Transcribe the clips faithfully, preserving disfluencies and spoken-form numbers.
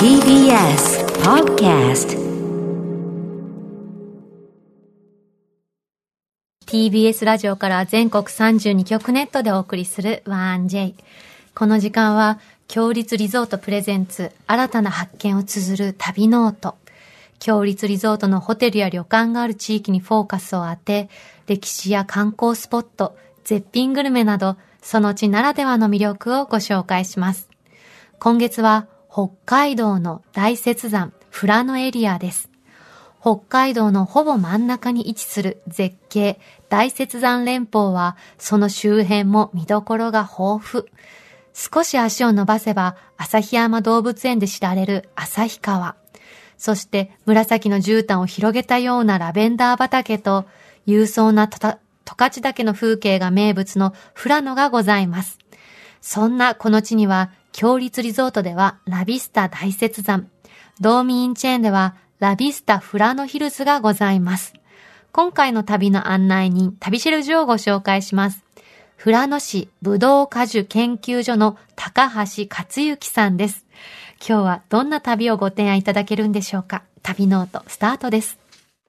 ティービーエス Podcast ティービーエス ラジオから全国さんじゅうにきょくネットでお送りする ワンジェイ。 この時間は強立リゾートプレゼンツ新たな発見を綴る旅ノート。強立リゾートのホテルや旅館がある地域にフォーカスを当て、歴史や観光スポット、絶品グルメなどその地ならではの魅力をご紹介します。今月は北海道の大雪山富良野エリアです。北海道のほぼ真ん中に位置する絶景大雪山連峰はその周辺も見どころが豊富。少し足を伸ばせば旭山動物園で知られる旭川。そして紫の絨毯を広げたようなラベンダー畑と勇壮な十勝岳の風景が名物の富良野がございます。そんなこの地には強立リゾートではラビスタ大雪山、ドーミーインチェーンではラビスタ富良野ヒルズがございます。今回の旅の案内人、旅シェルジュをご紹介します。富良野市ぶどう果樹研究所の高橋克之さんです。今日はどんな旅をご提案いただけるんでしょうか。旅ノートスタートです。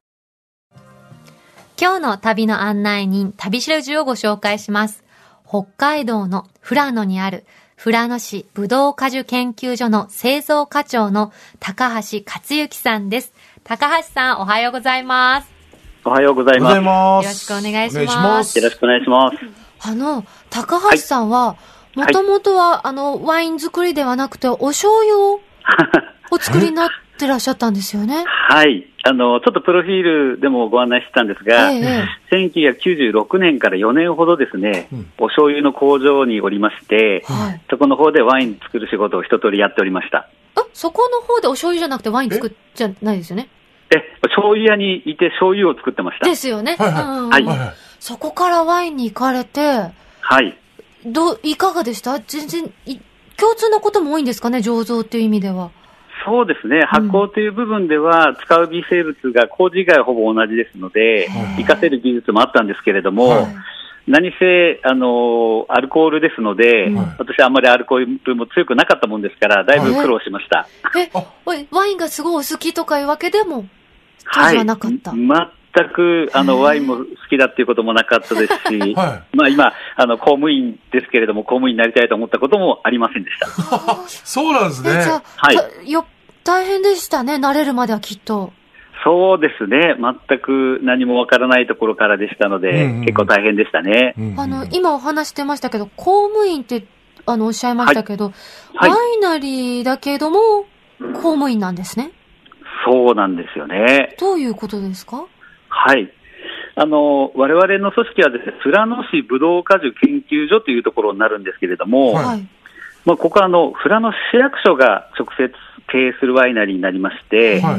今日の旅の案内人、旅シェルジュをご紹介します。北海道の富良野にある富良野市ぶどう果樹研究所の製造課長の高橋克之さんです。高橋さん、おはようございます。 おはようございます。 よろしくお願いします。 よろしくお願いします。 あの、高橋さんは、もともとは、あの、ワイン作りではなくて、お醤油をお作りになってらっしゃったんですよね。 はい。あの、ちょっとプロフィールでもご案内してたんですが、ええ、せんきゅうひゃくきゅうじゅうろくねんからよねんほどですね、うん、お醤油の工場におりまして、はい、そこの方でワイン作る仕事を一通りやっておりました。 あ、そこの方でお醤油じゃなくてワイン作っちゃないですよね。 え、醤油屋にいて醤油を作ってました。 ですよね。 はい。うんうん、はい。 そこからワインに行かれて、 はい。 どう、いかがでした？全然、共通のことも多いんですかね、醸造っていう意味では。 そうですね。発酵という部分では、使う微生物が麹以外はほぼ同じですので、活かせる技術もあったんですけれども、はい、何せ、あの、アルコールですので、うん、私はあんまりアルコールも強くなかったもんですから、だいぶ苦労しました。 え、えワインがすごいお好きとかいうわけでも、当時はなかった？ はい、全く、あの、ワインも好きだっていうこともなかったですし、はい、まあ今、あの、公務員ですけれども、公務員になりたいと思ったこともありませんでした。 そうなんですね。 じゃあ、はい、よ、大変でしたね、慣れるまではきっと。 そうですね。全く何もわからないところからでしたので、うんうん、結構大変でしたね。 うんうん、あの、今お話してましたけど、公務員って、あの、おっしゃいましたけど、はい、ワイナリーだけども、公務員なんですね。 そうなんですよね。 どういうことですか？ はい。あの、我々の組織はですね、富良野市ぶどう果樹研究所というところになるんですけれども、はい、まあ、ここはあの、富良野市役所が直接経営するワイナリーになりまして、はい、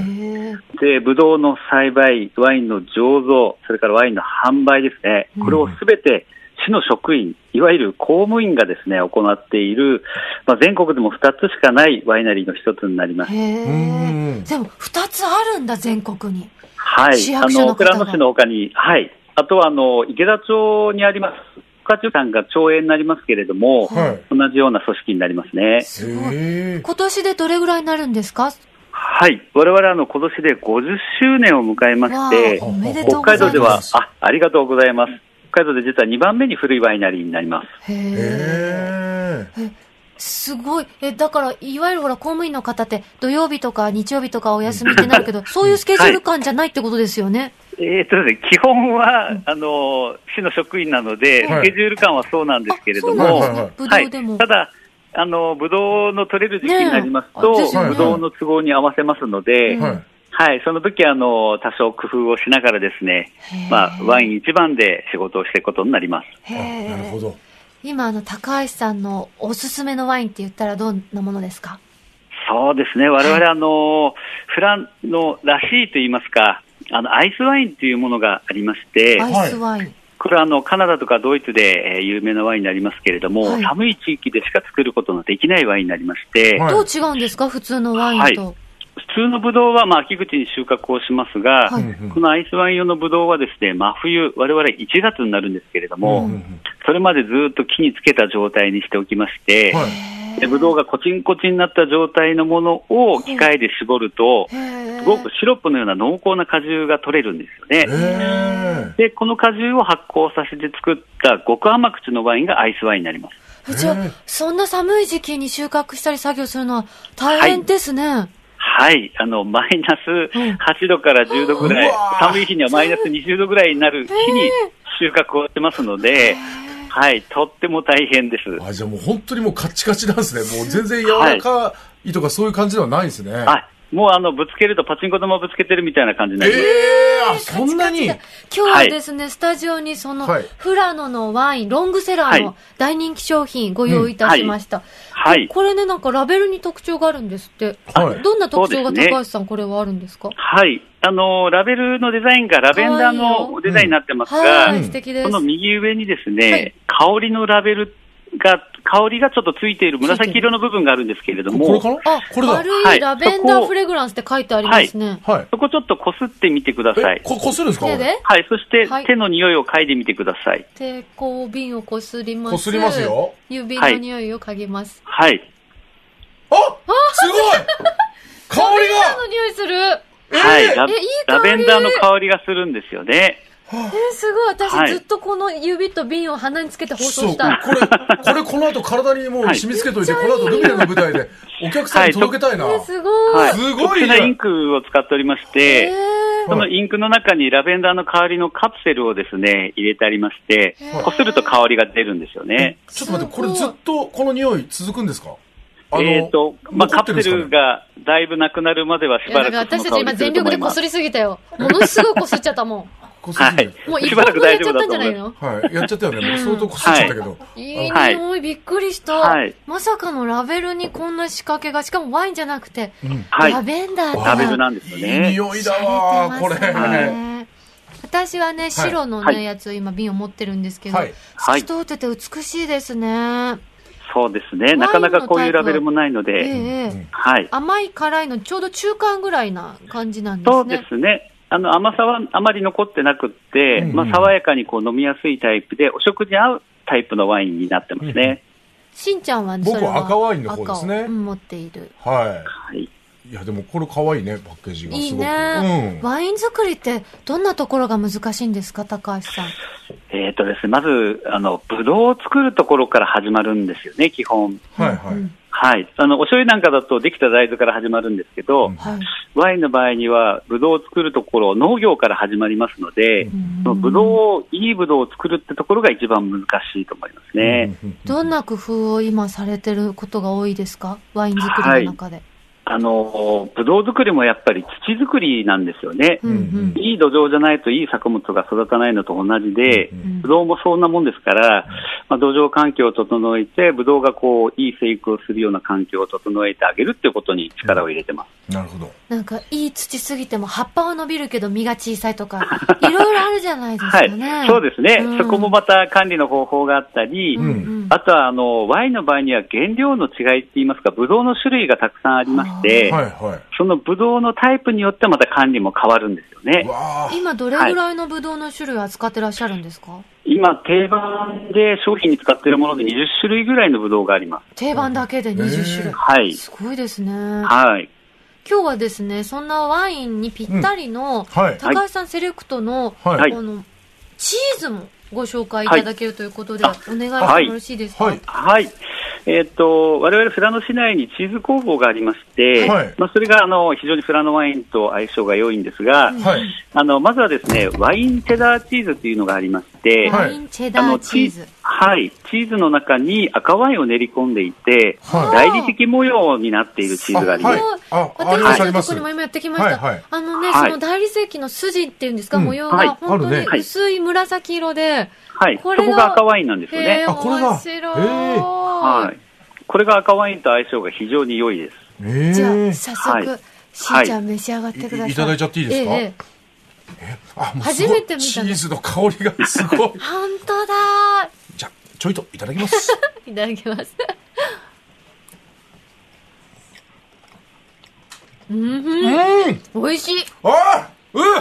で、ぶどうの栽培、ワインの醸造、それからワインの販売ですね、これをすべて市の職員、いわゆる公務員がですね、行っている、まあ、全国でもふたつしかないワイナリーの一つになります。 へー。でもふたつあるんだ、全国に。 はい。あの、富良野市の他に、はい。あとは、あの、池田町にあります、課長さんが町営になりますけれども、はい、同じような組織になりますね。 すごい。今年でどれぐらいになるんですか？ はい。我々はあの、今年でごじゅっしゅうねんを迎えまして、 おめでとうございます。 北海道では、あ、ありがとうございます。北海道で実はにばんめに古いワイナリーになります。 へー。すごい。え、だから、いわゆるほら、公務員の方って、土曜日とか日曜日とかお休みってなるけど、そういうスケジュール感じゃないってことですよね。 はい、えー、っとですね、基本は、うん、あの、市の職員なので、はい、スケジュール感はそうなんですけれども、はい、ただ、あの、ブドウの取れる時期になりますと、ね、ブドウの都合に合わせますので、はい、はい、その時は、あの、多少工夫をしながらですね、まあ、ワイン一番で仕事をしていくことになります。 へー。なるほど。今、あの、高橋さんのおすすめのワインって言ったらどんなものですか？ そうですね。我々、あの、フランのらしいと言いますか、あの、アイスワインというものがありまして、 アイスワイン。 これはあの、カナダとかドイツで有名なワインになりますけれども、はい、寒い地域でしか作ることのできないワインになりまして、 はい、どう違うんですか？普通のワインと。はい、 普通のブドウはまあ秋口に収穫をしますが、はい、このアイスワイン用のブドウはですね、真冬、我々いちがつになるんですけれども、うん、それまでずっと木につけた状態にしておきまして、はい、 でブドウがコチンコチンになった状態のものを機械で絞ると、すごくシロップのような濃厚な果汁が取れるんですよね。で、この果汁を発酵させて作った極甘口のワインがアイスワインになります。 じゃあ、そんな寒い時期に収穫したり作業するのは大変ですね。はいはい、あの、マイナスはちどからじゅうどぐらい、寒い日にはマイナスにじゅうどぐらいになる日に収穫をしてますので、はい、とっても大変です。 あ、じゃあもう本当にもうカッチカチなんですね。もう全然柔らかいとかそういう感じではないですね。 はい、もうあの、ぶつけるとパチンコ玉ぶつけてるみたいな感じになります。 えー、あ、そんなに。 今日はですね、はい、スタジオにその、はい、フラノのワイン、ロングセラーの大人気商品ご用意いたしました。はいはい、これね、なんかラベルに特徴があるんですって。はい、どんな特徴が高橋さん、ね、これはあるんですか？ はい。あの、ラベルのデザインがラベンダーのデザインになってますが、 はい、素敵です。 この右上にですね、はい、香りのラベルが、香りがちょっとついている紫色の部分があるんですけれども。 これかな？あ、これだ。 軽いラベンダーフレグランスって書いてありますね。 はい。はい、そこちょっとこすってみてください。 こ、こするんですか？ 手で？はい。そして、はい、手の匂いを嗅いでみてください。 手、こう、瓶をこすります。 こすりますよ。 指の匂いを嗅ぎます。 はい。 あ、すごい香りがラベンダーの匂いする。 はい、ラ, ラベンダーの香りがするんですよね。 えー、すごい。私、はい、ずっとこの指と瓶を鼻につけて放送した。 これ、これこの後体にもう染み付けといて、はい、この後ルミネの舞台でお客さんに届けたいな。 はい、すごい。 はい、すごい。特殊なインクを使っておりまして、そのインクの中にラベンダーの香りのカプセルをですね、入れてありまして、こすると香りが出るんですよね。 ちょっと待って、これずっとこの匂い続くんですか？ えっと、まあ、カプセルがだいぶなくなるまではしばらく。 私たち今全力でこすりすぎたよ。ものすごいこすっちゃったもん。 こすりすぎた。もう一本分やっちゃったんじゃないの？ はい。やっちゃったよね。もう相当こすっちゃったけど。 いい匂い、びっくりした。はい。まさかのラベルにこんな仕掛けが、しかもワインじゃなくて、ラベンダーだ。 ラベルなんですよね。 いい匂いだわ、これ。 私はね、白のね、やつを今瓶を持ってるんですけど、透き通ってて美しいですね。 そうですね。なかなかこういうラベルもないので、えーはい、甘い辛いのちょうど中間ぐらいな感じなんですね。 そうですね。あの甘さはあまり残ってなくって、うんうん、まあ、爽やかにこう飲みやすいタイプでお食事に合うタイプのワインになってますね。 うん、しんちゃんはそれは僕は赤ワインの方ですね。 赤を持っている。 はい。はいいやでもこれ可愛いね、パッケージがすごく。いいね、うん、ワイン作りってどんなところが難しいんですか、高橋さん。 えっとですね、まずあのブドウを作るところから始まるんですよね、基本。 はいはい。 はい、あのお醤油なんかだとできた大豆から始まるんですけど、はい、ワインの場合にはブドウを作るところ農業から始まりますので、うん、そのブドウをいいブドウを作るってところが一番難しいと思いますね。 うん、どんな工夫を今されてることが多いですか、ワイン作りの中で。はい、 あのブドウ作りもやっぱり土作りなんですよね。うんうん、いい土壌じゃないといい作物が育たないのと同じで、うん、ブドウもそんなもんですから、まあ、土壌環境を整えてブドウがこういい生育をするような環境を整えてあげるっていうことに力を入れてます。 うん、なるほど。 なんかいい土すぎても葉っぱは伸びるけど実が小さいとかいろいろあるじゃないですかね。 はい、そうですね、うん、そこもまた管理の方法があったり、うんうん、あとはあのワインの場合には原料の違いって言いますか、ブドウの種類がたくさんありまして、はいはい、そのブドウのタイプによってまた管理も変わるんですよね。 今どれぐらいのブドウの種類を扱ってらっしゃるんですか？はい、 今定番で商品に使っているものでにじゅっしゅるいぐらいのブドウがあります。 定番だけでにじゅっしゅるい、 はい、 すごいですね。 はい、 今日はですね、そんなワインにぴったりの、うんはい、高橋さんセレクトの、はい、このチーズもご紹介いただけるということで、はい、お願いしてもよろしいですか？ はい、はい、えー、っと我々富良野市内にチーズ工房がありまして、はい、まあ、それがあの非常に富良野ワインと相性が良いんですが、はい、あのまずはですね、ワインチェダーチーズというのがありまして、 ワインチェダーチーズ、 はい、チーズの中に赤ワインを練り込んでいて、はい、大理石模様になっているチーズがあります。 あ、はい、私たちのところにも今やってきました。はいはい、あのね、はい、その大理石の筋っていうんですか、うん、模様が本当に薄い紫色で、 はい、これがそこが赤ワインなんですよね。 あ、これが面白い。 はい、これが赤ワインと相性が非常に良いです。 えー、じゃあ早速、はい、しんちゃん召し上がってください。 はい、い, いただいちゃっていいですか？えーえあ、もう初めて見たチーズの香りがすごい。 本当だ。 じゃあちょいといただきます。 いただきます。うん、うん、美味しい。 あ、う、う、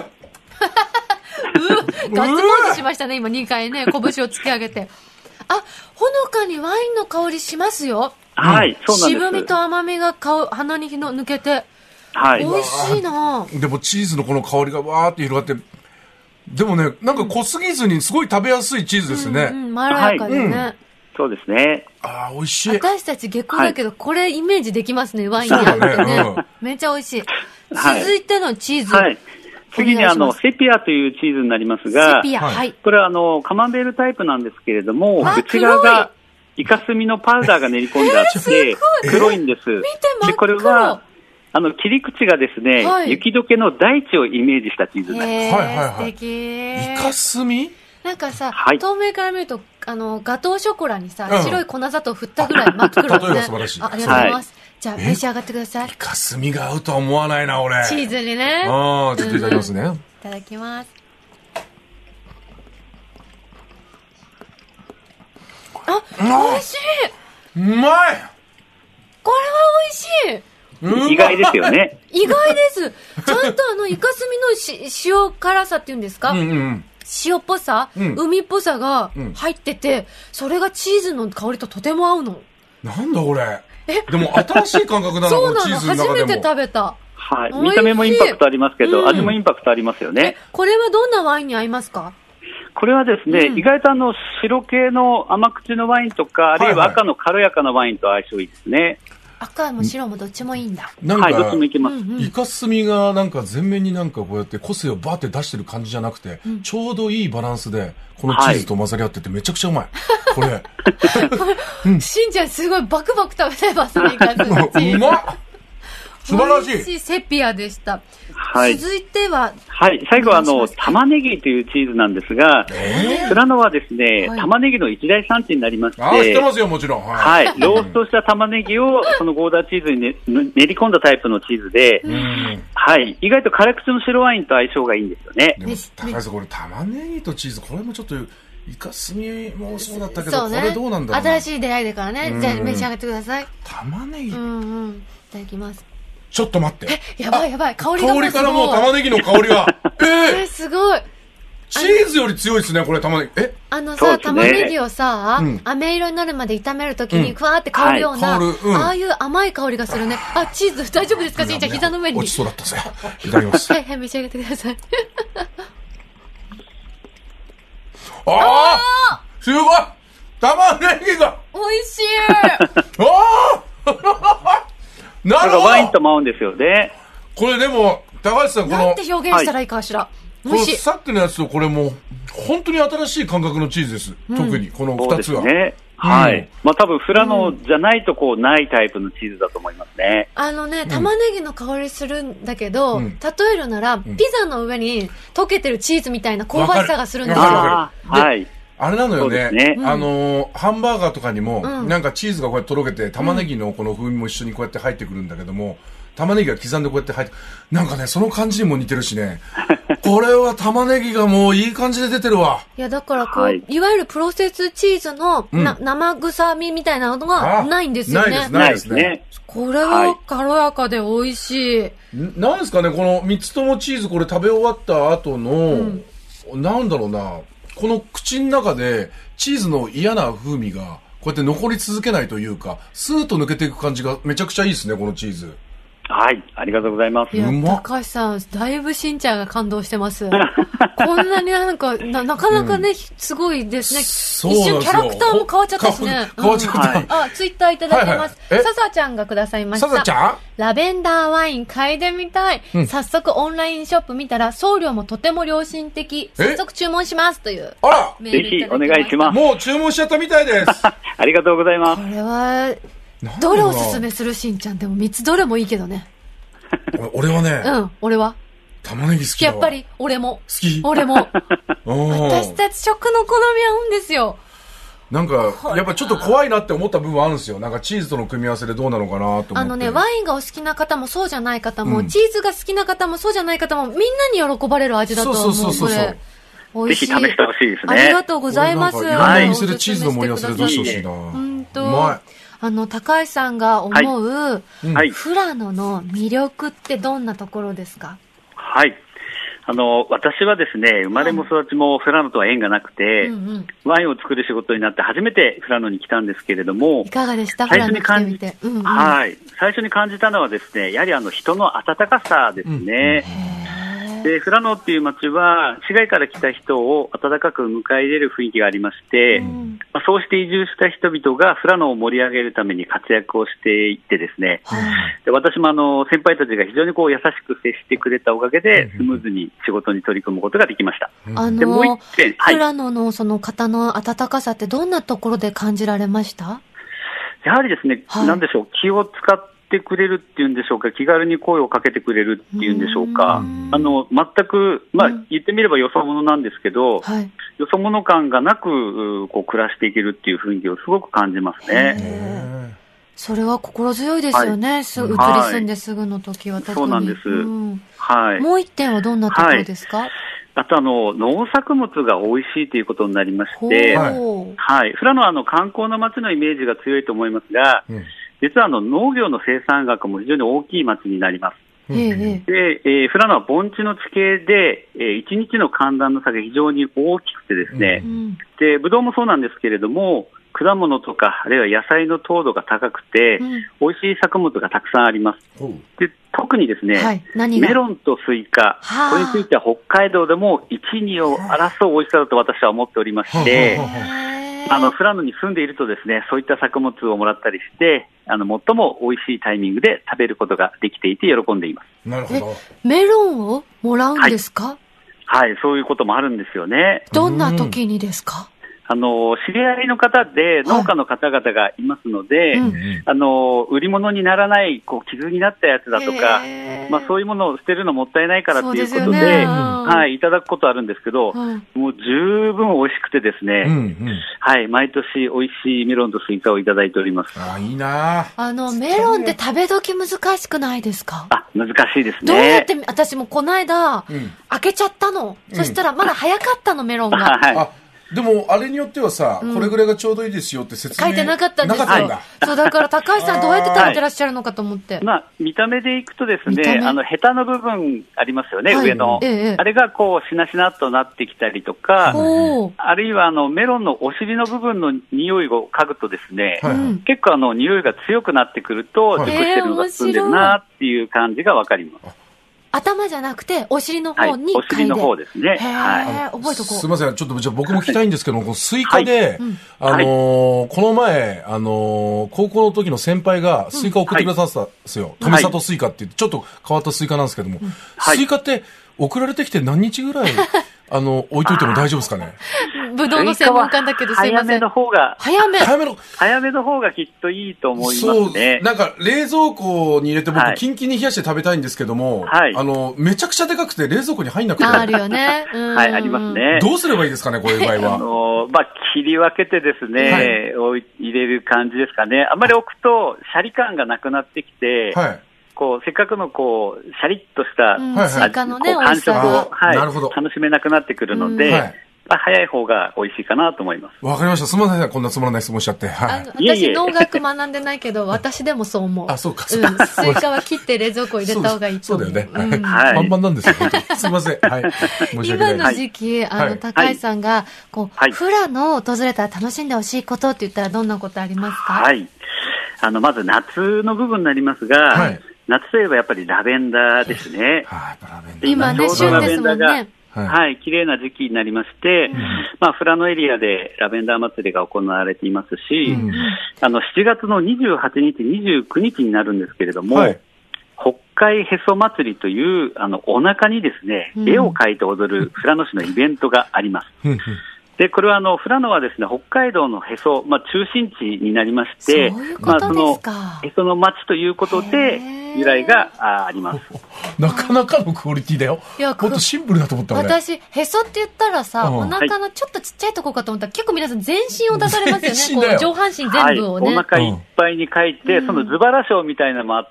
ガッツポーズしましたね今にかいね、拳を突き上げて。あ、ほのかにワインの香りしますよ。 はい、そうなんです。 渋みと甘みが顔鼻にの抜けて、 はい、 美味しいな。 でもチーズのこの香りがわーって広がって、でもね、なんか濃すぎずにすごい食べやすいチーズですね。 うんうん、まろやかでね。はい、うん、 そうですね。 ああ、美味しい。 私たち下校だけど、はい、これイメージできますね、ワインに合うってね。うん、めっちゃ美味しい。はい、続いてのチーズ。はい、 次にあの、セピアというチーズになりますが、 セピア、はい。 これはあの、カマンベールタイプなんですけれども、内側がイカスミのパウダーが練り込んであって、黒いんです。見て真っ黒。 で、これは、あの、切り口がですね、はい、雪解けの大地をイメージしたチーズになります。 はいはいはい。 素敵。 イカスミ？ なんかさ、はい、透明から見ると、あの、ガトーショコラにさ、うん、白い粉砂糖振ったぐらい真っ黒ですね。 例えば素晴らしい。 あ、ありがとうございます。はい、じゃあ、召し上がってください。 イカスミが合うとは思わないな、俺。 チーズにね。 ああ、ちょっといただきますね。 いただきます。あ、美味しい。 うまい。これは美味しい。 意外ですよね。 意外です。ちゃんとあの、イカスミのし塩辛さっていうんですか、うんうん、塩っぽさ、うん、海っぽさが入ってて、それがチーズの香りととても合うの。 なんだこれ。えでも新しい感覚だな、 そうなの、 このチーズの中でも。 初めて食べた。 はい。見た目もインパクトありますけど、うん、味もインパクトありますよね。 これはどんなワインに合いますか？ これはですね、うん、意外とあの、白系の甘口のワインとか、あるいは赤の軽やかなワインと相性いいですね。はいはい、 赤も白もどっちもいいんだ。 なんか、 はい、どっちもいけます。 うんうん、イカスミがなんか全面になんかこうやって個性をバーって出してる感じじゃなくて、うん、ちょうどいいバランスで、このチーズと混ざり合っててめちゃくちゃうまい。これ。 これ、うん、しんちゃんすごいバクバク食べてますね、イカスミ。 うまっ素晴らしい。 美味しいセピアでした。 はい。 続いては、 はい。最後はあの、玉ねぎというチーズなんですが、えー、富良野はですね、はい、玉ねぎの一大産地になりまして、 あ、知ってますよ、もちろん。 はい。はい、ローストした玉ねぎを、そのゴーダーチーズに、ね、練り込んだタイプのチーズで、うん、はい。意外と辛口の白ワインと相性がいいんですよね。 でも、高橋さん、これ玉ねぎとチーズ、これもちょっと、イカスミもそうだったけど、ね、これどうなんだろうな。 新しい出会いだからね。じゃあ、召し上がってください。 玉ねぎ、 うんうん。いただきます。 ちょっと待って。 え、やばいやばい。香りが香りからもう玉ねぎの香りが。えー、 え、すごい。 チーズより強いですね、これ玉ねぎ。えあのさ、ね、玉ねぎをさ、うん、飴色になるまで炒めるときに、ふわーって香るような、うんはいうん、ああいう甘い香りがするね。あ、チーズ大丈夫ですか、しんちゃん、膝の上に。 落ちそうだったぜ。いただきます。 はい、はい、召し上がってください。 ああすごい玉ねぎが美味しいああなるほど。 ワインとも合うんですよね。 これでも、高橋さん、この。 なんて表現したらいいかしら。はい、 このさっきのやつとこれも、本当に新しい感覚のチーズです。うん、特に、この二つは。 そうですね。はい。うん、まあ多分、富良野じゃないとこう、ないタイプのチーズだと思いますね。 あのね、玉ねぎの香りするんだけど、うん、例えるなら、ピザの上に溶けてるチーズみたいな香ばしさがするんですよ。 はい。 あれなのよね。ねあのー、ハンバーガーとかにも、うん、なんかチーズがこうやってとろけて、玉ねぎのこの風味も一緒にこうやって入ってくるんだけども、玉ねぎが刻んでこうやって入って、なんかね、その感じにも似てるしね。これは玉ねぎがもういい感じで出てるわ。 いや、だからこう、はい、いわゆるプロセスチーズの、うん、な生臭みみたいなのがないんですよね。 ないです、ないですね。 これは軽やかで美味しい。はい、 なんですかね、このみっつともチーズこれ食べ終わった後の、うん、なんだろうな、この口の中でチーズの嫌な風味がこうやって残り続けないというか、スーッと抜けていく感じがめちゃくちゃいいですね、このチーズ。 はい、ありがとうございます。 いや、高橋さん、だいぶしんちゃんが感動してます。こんなになんか、な、なかなかね、うん、すごいですね。一瞬キャラクターも変わっちゃったしね。 変わっちゃった。うん、 あ、ツイッターいただいてます。はいはい、ささちゃんがくださいました。 ささちゃんラベンダーワイン嗅いでみたい、うん。早速オンラインショップ見たら、送料もとても良心的。早速注文しますという。 あらぜひお願いします。 もう注文しちゃったみたいです。 ありがとうございます。 これは、どれおすすめするしんちゃん。でもみっつどれもいいけどね。 俺はね、 うん、俺は玉ねぎ好きだわ。 やっぱり、俺も。 好き俺も。私たち食の好み合うんですよ。 なんか、やっぱちょっと怖いなって思った部分あるんですよ。なんかチーズとの組み合わせでどうなのかなと思って。 あのね、ワインがお好きな方もそうじゃない方も、うん、チーズが好きな方もそうじゃない方も、みんなに喜ばれる味だと思う。そうそうそうそう。 美味しい。ぜひ試してほしいですね。 ありがとうございます。いろんなお店でチーズの盛り合わせで出してほしいな。 うんと。うまい。あの、高橋さんが思う、はい、富良野の魅力ってどんなところですか？ はい。 あの、私はですね、生まれも育ちも富良野とは縁がなくて、うんうん、ワインを作る仕事になって初めて富良野に来たんですけれども、 いかがでした？最初に感じて、 うんうん、はい。最初に感じたのはですね、やはりあの人の温かさですね。うん、で、富良野っていう街は、市外から来た人を温かく迎え入れる雰囲気がありまして、うんまあ、そうして移住した人々が富良野を盛り上げるために活躍をしていってですね、うん、で私もあの先輩たちが非常にこう優しく接してくれたおかげで、スムーズに仕事に取り組むことができました。 うん、あのでもう一点、はい、富良野のその方の温かさってどんなところで感じられました？ やはりですね、はい、なんでしょう、気を使ってくれるっていうんでしょうか、気軽に声をかけてくれるっていうんでしょうか、あの全く、まあ、言ってみればよそ者なんですけど、はい、よそ者感がなくこう暮らしていけるっていう雰囲気をすごく感じますね。 それは心強いですよね、はい、す移り住んですぐの時は特に。 そうなんです、うんはい、 もう一点はどんなところですか？はい、 あとあの農作物が美味しいということになりまして、はいはい、富良野はあの観光の街のイメージが強いと思いますが、うん、実はあの農業の生産額も非常に大きい町になります。うん、で、えー、富良野は盆地の地形で、えー、いちにちの寒暖の差が非常に大きくてですね、うん、でブドウもそうなんですけれども、果物とかあるいは野菜の糖度が高くて、うん、美味しい作物がたくさんあります。で特にですね、はい、メロンとスイカ、これについては北海道でもいち、にを争う美味しさだと私は思っておりまして、あの富良野に住んでいるとですね、そういった作物をもらったりして、あの最も美味しいタイミングで食べることができていて喜んでいます。 なるほど。 メロンをもらうんですか？ はい、はい、そういうこともあるんですよね。 どんな時にですか？ あの知り合いの方で農家の方々がいますので、はいうん、あの売り物にならないこう傷になったやつだとか、まあ、そういうものを捨てるのもったいないからということ で, で、ねはい、いただくことあるんですけど、うん、もう十分美味しくてですね、うんうんはい、毎年美味しいメロンとスイカをいただいております。 あいいなあのメロンって食べ時難しくないですか？ あ難しいですね。 どうやって私もこの間、うん、開けちゃったの、うん、そしたらまだ早かったのメロンが、はいあでも、あれによってはさ、うん、これぐらいがちょうどいいですよって説明書いてなかったんですよ。なかったんだ。そう、だから高橋さんどうやって食べてらっしゃるのかと思って。 まあ、見た目でいくとですね、あの、ヘタの部分ありますよね、はい、上の、ええ。あれがこう、しなしなっとなってきたりとか、あるいはあの、メロンのお尻の部分の匂いを嗅ぐとですね、はい、結構あの、匂いが強くなってくると、熟してるのが進んでるなっていう感じがわかります。 頭じゃなくて、お尻の方に嗅いで、はい、 お尻の方ですね。 はい。覚えとこう。 すみません。ちょっと、じゃあ僕も聞きたいんですけども、このスイカで、はいあのーはい、この前、あのー、高校の時の先輩がスイカを送ってくださったんですよ。うんはい、富里スイカって言って、ちょっと変わったスイカなんですけども、はい、スイカって送られてきて何日ぐらい、あの、置いといても大丈夫ですかね？ ぶどうの専門家だけどすいません。 早めの方が。 早め。 早めの。 早めの方がきっといいと思いますね。 そう。なんか、冷蔵庫に入れて僕、はい、キンキンに冷やして食べたいんですけども、はい、あの、めちゃくちゃでかくて冷蔵庫に入んなくて。 あるよね。 はい、ありますね。 どうすればいいですかね、こういう場合は。 あの、まあ、切り分けてですね、はい、入れる感じですかね。あんまり置くと、シャリ感がなくなってきて、はいこうせっかくのこうシャリッとした、うん、 スイカのね感触を、はい、 なるほど楽しめなくなってくるので、うんはいまあ、早い方が美味しいかなと思います。 わかりました。すみません、こんなつまらない質問しちゃって。はい、 あの私農学学んでないけど私でもそう思う。 あ、そうか。 そうかうん、スイカは切って冷蔵庫入れた方がいいと思う。 そうだよね。はい。パンパンなんですよ。すみません。はい。 今の時期、あの高橋さんがこう、はい、富良野を訪れたら楽しんでほしいことって言ったらどんなことありますか？ はい。あのまず夏の部分になりますが。はい夏といえばやっぱりラベンダーですね。 はい、ラベンダー今ね、旬ですもんね。 はい、綺麗な時期になりまして、うん、まあ、富良野エリアでラベンダー祭りが行われていますし、うん、あの、しちがつのにじゅうはちにち、にじゅうくにちになるんですけれども、はい、北海へそ祭りという、あの、お腹にですね、うん、絵を描いて踊る富良野市のイベントがあります。うんで、これはあの、富良野はですね、北海道のへそ、まあ、中心地になりまして、 そういうことですか。 まあ、その、へその町ということで、由来が あ, あります。 なかなかのクオリティだよ。いや、もっとシンプルだと思った俺。 私、へそって言ったらさ、うん、お腹のちょっとちっちゃいとこかと思ったら、結構皆さん全身を出されますよね。こう上半身全部をね、 はい。お腹いっぱいに描いて、うん、そのズバラ賞みたいなのもあって、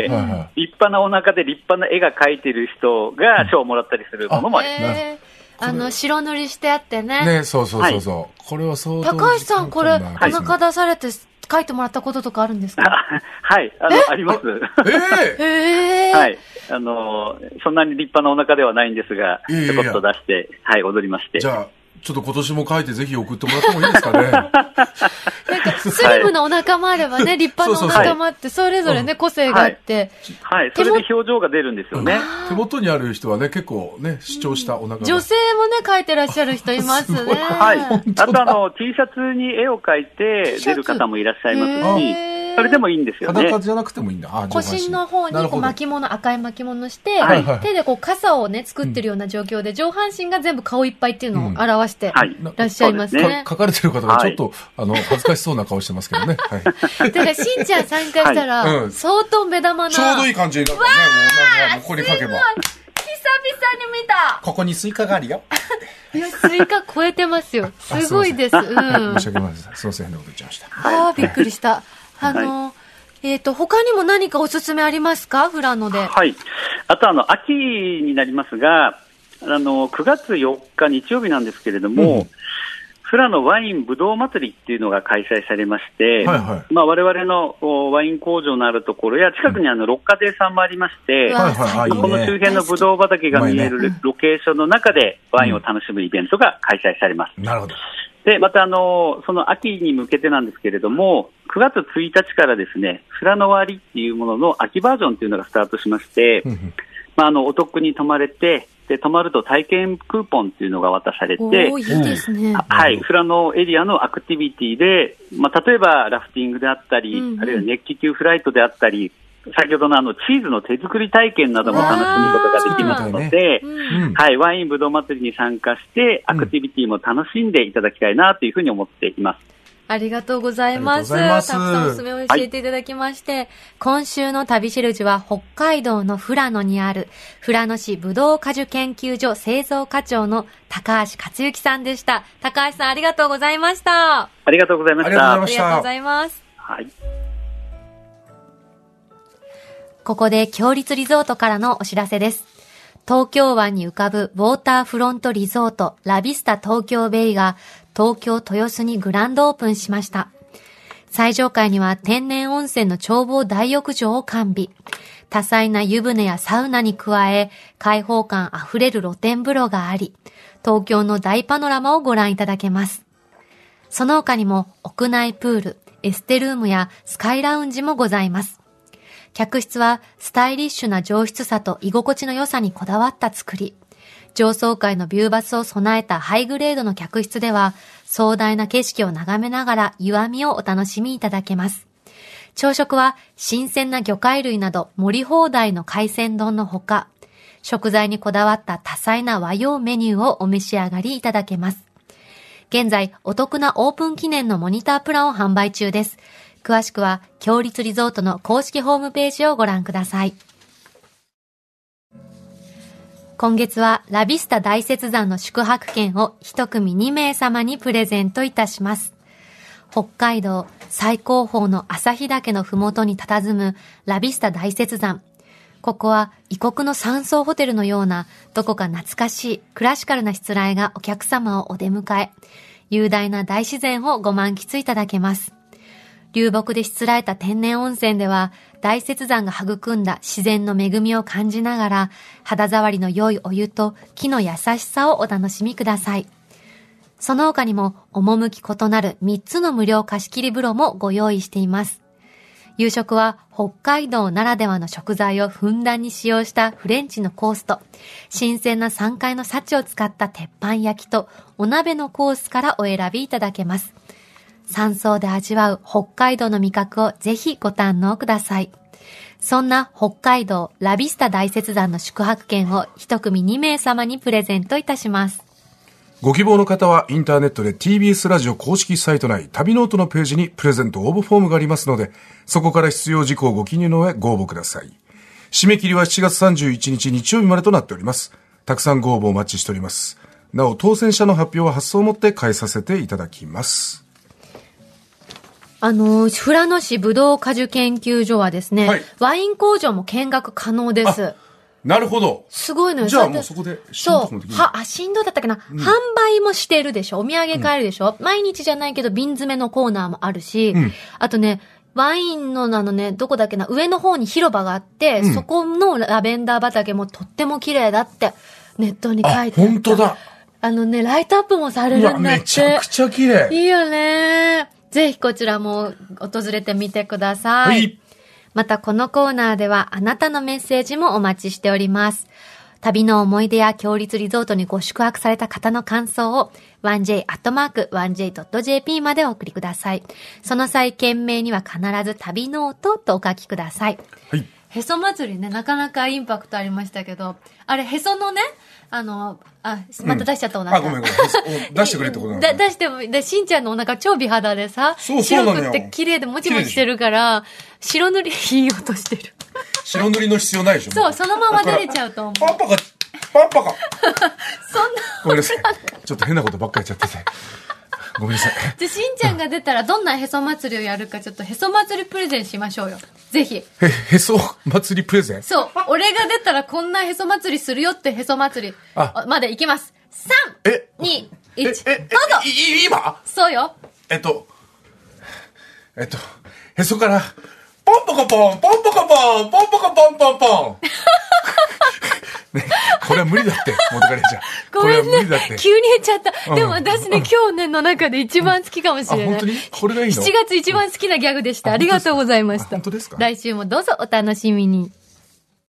うん、立派なお腹で立派な絵が描いてる人が賞をもらったりするものもあります。うんあの白塗りしてあってね。 ね、そうそうそうそう。はい、これは相当。 高橋さん、これ、お腹出されて書いてもらったこととかあるんですか？ はい、あの、あります。 えー、えー、 はい。 あの、そんなに立派なお腹ではないんですが、ちょこっと出して、はい、踊りまして。 じゃあ、ちょっと今年も書いてぜひ送ってもらってもいいですかね。なんか、 スリムなお腹もあればね、立派なお腹もあって、それぞれね、個性があって。 はい、それで表情が出るんですよね。 手元にある人はね、結構ね、主張したお腹が。 女性もね、描いてらっしゃる人いますね。 はい。あとあの、T シャツに絵を描いて出る方もいらっしゃいますし、それでもいいんですよね。 裸じゃなくてもいいんだ。あ、 腰の方にこう巻物、赤い巻物して、手でこう傘をね、作ってるような状況で、上半身が全部顔いっぱいっていうのを表してらっしゃいますね。 書かれてる方がちょっと、あの、恥ずかしそうな顔してますけどね。はい。 だからしんちゃん参加したら、相当目玉な。 ちょうどいい感じになったね。もうここに書けば。 久々に見た。 ここにスイカがあるよ。 いや、スイカ超えてますよ。すごいです。うん。 申し訳ないです。すみません、変なこと言っちゃいました。 ああ、びっくりした。あの、はい、えっ、ー、と、他にも何かおすすめありますか、富良野で。 はい。あと、あの、秋になりますが、あの、くがつよっか日曜日なんですけれども、うん、富良野ワインぶどう祭りっていうのが開催されまして、はいはい、まあ、我々のワイン工場のあるところや、近くにあの、六花亭さんもありまして、うん、この周辺のぶどう畑が見えるロケーションの中でワインを楽しむイベントが開催されます。 うん、なるほど。 で、またあの、その秋に向けてなんですけれども、くがつついたちからですね、富良野割っていうものの秋バージョンっていうのがスタートしまして、うん、まあ、あの、お得に泊まれて、で、泊まると体験クーポンっていうのが渡されて、 おー、いいですね。 はい、富良野エリアのアクティビティで、まあ、例えばラフティングであったり、うんうん、あるいは熱気球フライトであったり、先ほどのあのチーズの手作り体験なども楽しむことができますので、ね、はい、ワインぶどう祭りに参加してアクティビティも楽しんでいただきたいなというふうに思っています。 ありがとうございます。たくさんおすすめを教えていただきまして、はい、今週の旅しるじは北海道の富良野にある富良野市ぶどう果樹研究所製造課長の高橋克幸さんでした。高橋さん、ありがとうございました。 ありがとうございました。 ありがとうございます。 はい。 ここで強立リゾートからのお知らせです。東京湾に浮かぶウォーターフロントリゾートラビスタ東京ベイが東京豊洲にグランドオープンしました。最上階には天然温泉の眺望大浴場を完備。多彩な湯船やサウナに加え、開放感あふれる露天風呂があり、東京の大パノラマをご覧いただけます。その他にも屋内プール、エステルームやスカイラウンジもございます。客室はスタイリッシュな上質さと居心地の良さにこだわった作り。上層階のビューバスを備えたハイグレードの客室では、壮大な景色を眺めながら湯あみをお楽しみいただけます。朝食は新鮮な魚介類など盛り放題の海鮮丼のほか、食材にこだわった多彩な和洋メニューをお召し上がりいただけます。現在、お得なオープン記念のモニタープランを販売中です。詳しくは、強立リゾートの公式ホームページをご覧ください。今月は、ラビスタ大雪山の宿泊券を一組にめいさまにプレゼントいたします。北海道最高峰の旭岳のふもとに佇むラビスタ大雪山。ここは異国の山荘ホテルのような、どこか懐かしいクラシカルなしつらえがお客様をお出迎え、雄大な大自然をご満喫いただけます。流木でしつらえた天然温泉では、大雪山が育んだ自然の恵みを感じながら、肌触りの良いお湯と木の優しさをお楽しみください。その他にも、趣異なるみっつの無料貸し切り風呂もご用意しています。夕食は北海道ならではの食材をふんだんに使用したフレンチのコースと、新鮮な山海の幸を使った鉄板焼きと、お鍋のコースからお選びいただけます。山荘で味わう北海道の味覚をぜひご堪能ください。そんな北海道ラビスタ大雪山の宿泊券を一組にめいさまにプレゼントいたします。 ご希望の方はインターネットで ティービーエス ラジオ公式サイト内旅ノートのページにプレゼント応募フォームがありますので、そこから必要事項をご記入の上ご応募ください。締め切りはしちがつさんじゅういちにち日曜日までとなっております。たくさんご応募お待ちしております。なお当選者の発表は発送をもって返させていただきます。 あの、富良野市ぶどう果樹研究所はですね、はい、ワイン工場も見学可能です。 なるほど。 すごいのよ。 じゃあもうそこで振動もできる。そう。は、あ、振動だったっけな、うん。販売もしてるでしょ。お土産買えるでしょ。うん、毎日じゃないけど瓶詰めのコーナーもあるし、うん、あとね、 ワインのあのね、どこだっけな、上の方に広場があって、うん、そこのラベンダー畑もとっても綺麗だってネットに書いてあった。 本当だ。 あのね、ライトアップもされるんだって。うわ、 めちゃくちゃ綺麗。 いいよね。ぜひこちらも訪れてみてください。はい。またこのコーナーではあなたのメッセージもお待ちしております。旅の思い出や強立リゾートにご宿泊された方の感想を ワンジェイ アットマーク ワンジェイ ドット ジェーピー までお送りください。その際件名には必ず旅ノートとお書きください。はい。へそ祭りね、なかなかインパクトありましたけど、あれへそのね、あの、あ、また出しちゃったお腹。 うん、あ、ごめんごめん。出してくれってことなんだ。出しても、で、しんちゃんのお腹超美肌でさ、そうそう白くって綺麗でもちもちしてるから、白塗りいい音してる。 白塗りの必要ないでしょ。 そう、そのまま出れちゃうと思う。 パンパカ、パンパカ。そんな。ごめんなさい。ちょっと変なことばっかり言っちゃってて。ごめんなさい。 じゃ、しんちゃんが出たらどんなへそ祭りをやるか、ちょっとへそ祭りプレゼンしましょうよ。ぜひ。 へ、へそ祭りプレゼン？ そう。俺が出たらこんなへそ祭りするよってへそ祭り。あ、までいきます。さん、に、いち、どうぞ。 い、今？ そうよ。 えっと、えっと、へそから、ポンポコポン、ポンポコポン、ポンポコポンポンポン。ね、これは無理だって、元カレちゃん。 ごめんね。急に言っちゃった。うん、でも私ね、うん、今日ね、の中で一番好きかもしれない。あ、 本当に？これがいいの？ しちがつ一番好きなギャグでした。ありがとうございました。 本当ですか？ 来週もどうぞお楽しみに。